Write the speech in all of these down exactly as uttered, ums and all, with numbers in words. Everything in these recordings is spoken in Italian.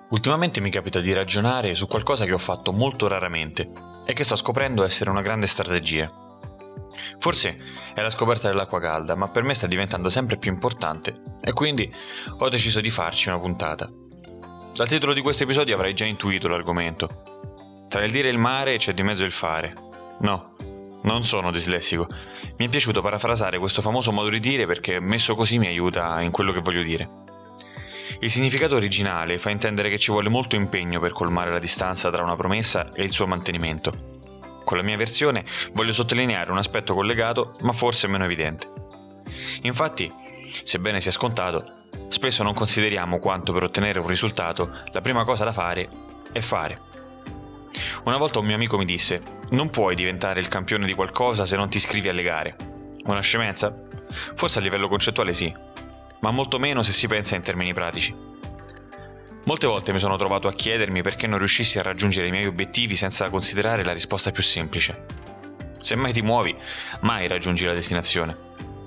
Ultimamente mi capita di ragionare su qualcosa che ho fatto molto raramente e che sto scoprendo essere una grande strategia. Forse è la scoperta dell'acqua calda, ma per me sta diventando sempre più importante e quindi ho deciso di farci una puntata. Dal titolo di questo episodio avrai già intuito l'argomento. Tra il dire e il mare c'è di mezzo il fare. No, non sono dislessico. Mi è piaciuto parafrasare questo famoso modo di dire perché messo così mi aiuta in quello che voglio dire. Il significato originale fa intendere che ci vuole molto impegno per colmare la distanza tra una promessa e il suo mantenimento. Con la mia versione voglio sottolineare un aspetto collegato, ma forse meno evidente. Infatti, sebbene sia scontato, spesso non consideriamo quanto per ottenere un risultato la prima cosa da fare è fare. Una volta un mio amico mi disse: non puoi diventare il campione di qualcosa se non ti iscrivi alle gare. Una scemenza? Forse a livello concettuale sì, ma molto meno se si pensa in termini pratici. Molte volte mi sono trovato a chiedermi perché non riuscissi a raggiungere i miei obiettivi senza considerare la risposta più semplice. Se mai ti muovi, mai raggiungi la destinazione.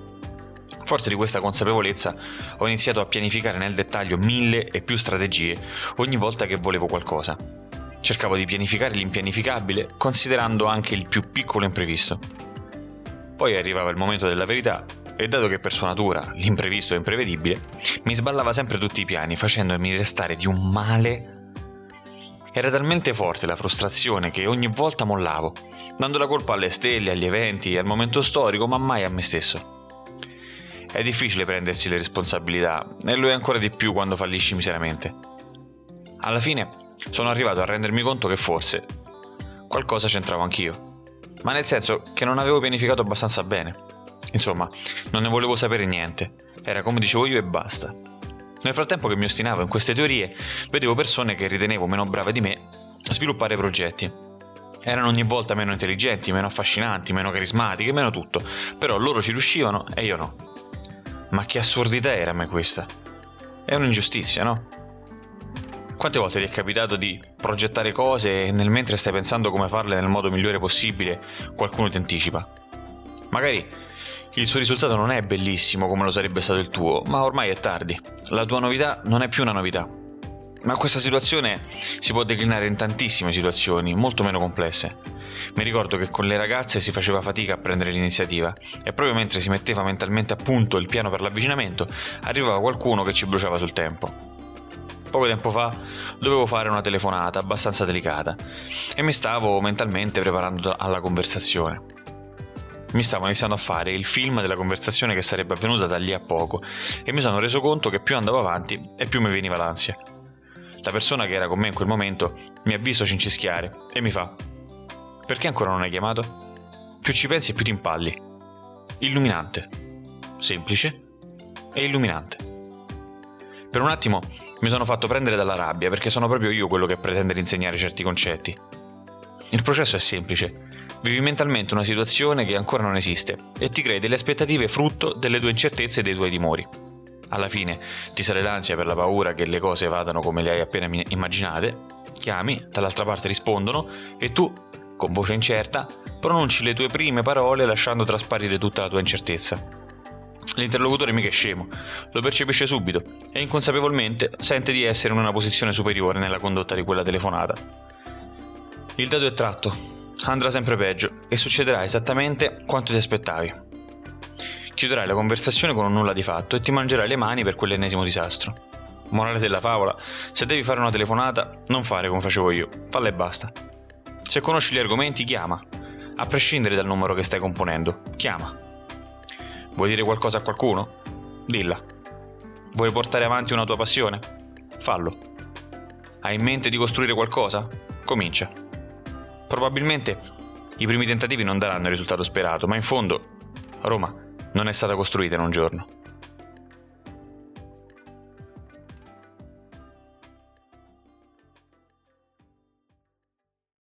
Forte di questa consapevolezza, ho iniziato a pianificare nel dettaglio mille e più strategie ogni volta che volevo qualcosa. Cercavo di pianificare l'impianificabile, considerando anche il più piccolo imprevisto. Poi arrivava il momento della verità e dato che per sua natura l'imprevisto è imprevedibile, mi sballava sempre tutti i piani, facendomi restare di un male. Era talmente forte la frustrazione che ogni volta mollavo, dando la colpa alle stelle, agli eventi, al momento storico, ma mai a me stesso. È difficile prendersi le responsabilità e lo è ancora di più quando fallisci miseramente. Alla fine sono arrivato a rendermi conto che forse qualcosa c'entravo anch'io, ma nel senso che non avevo pianificato abbastanza bene. Insomma, non ne volevo sapere niente, era come dicevo io e basta. Nel frattempo che mi ostinavo in queste teorie, vedevo persone che ritenevo meno brave di me sviluppare progetti. Erano ogni volta meno intelligenti, meno affascinanti, meno carismatiche, meno tutto, però loro ci riuscivano e io no. Ma che assurdità era a me questa? È un'ingiustizia, no? Quante volte ti è capitato di progettare cose e nel mentre stai pensando come farle nel modo migliore possibile, qualcuno ti anticipa? Magari il suo risultato non è bellissimo come lo sarebbe stato il tuo, ma ormai è tardi. La tua novità non è più una novità. Ma questa situazione si può declinare in tantissime situazioni, molto meno complesse. Mi ricordo che con le ragazze si faceva fatica a prendere l'iniziativa e proprio mentre si metteva mentalmente a punto il piano per l'avvicinamento, arrivava qualcuno che ci bruciava sul tempo. Poco tempo fa dovevo fare una telefonata abbastanza delicata e mi stavo mentalmente preparando alla conversazione. Mi stavo iniziando a fare il film della conversazione che sarebbe avvenuta da lì a poco e mi sono reso conto che più andavo avanti e più mi veniva l'ansia. La persona che era con me in quel momento mi ha visto cincischiare e mi fa: perché ancora non hai chiamato? Più ci pensi e più ti impalli. Illuminante. Semplice e illuminante. Per un attimo mi sono fatto prendere dalla rabbia perché sono proprio io quello che pretende di insegnare certi concetti. Il processo è semplice. Vivi mentalmente una situazione che ancora non esiste e ti crei delle aspettative frutto delle tue incertezze e dei tuoi timori. Alla fine ti sale l'ansia per la paura che le cose vadano come le hai appena immaginate, chiami, dall'altra parte rispondono e tu, con voce incerta, pronunci le tue prime parole lasciando trasparire tutta la tua incertezza. L'interlocutore mica è scemo, lo percepisce subito e inconsapevolmente sente di essere in una posizione superiore nella condotta di quella telefonata. Il dado è tratto. Andrà sempre peggio e succederà esattamente quanto ti aspettavi. Chiuderai la conversazione con un nulla di fatto e ti mangerai le mani per quell'ennesimo disastro. Morale della favola: se devi fare una telefonata, non fare come facevo io, falla e basta. Se conosci gli argomenti, chiama, a prescindere dal numero che stai componendo, chiama. Vuoi dire qualcosa a qualcuno? Dilla. Vuoi portare avanti una tua passione? Fallo. Hai in mente di costruire qualcosa? Comincia. Probabilmente i primi tentativi non daranno il risultato sperato, ma in fondo Roma non è stata costruita in un giorno.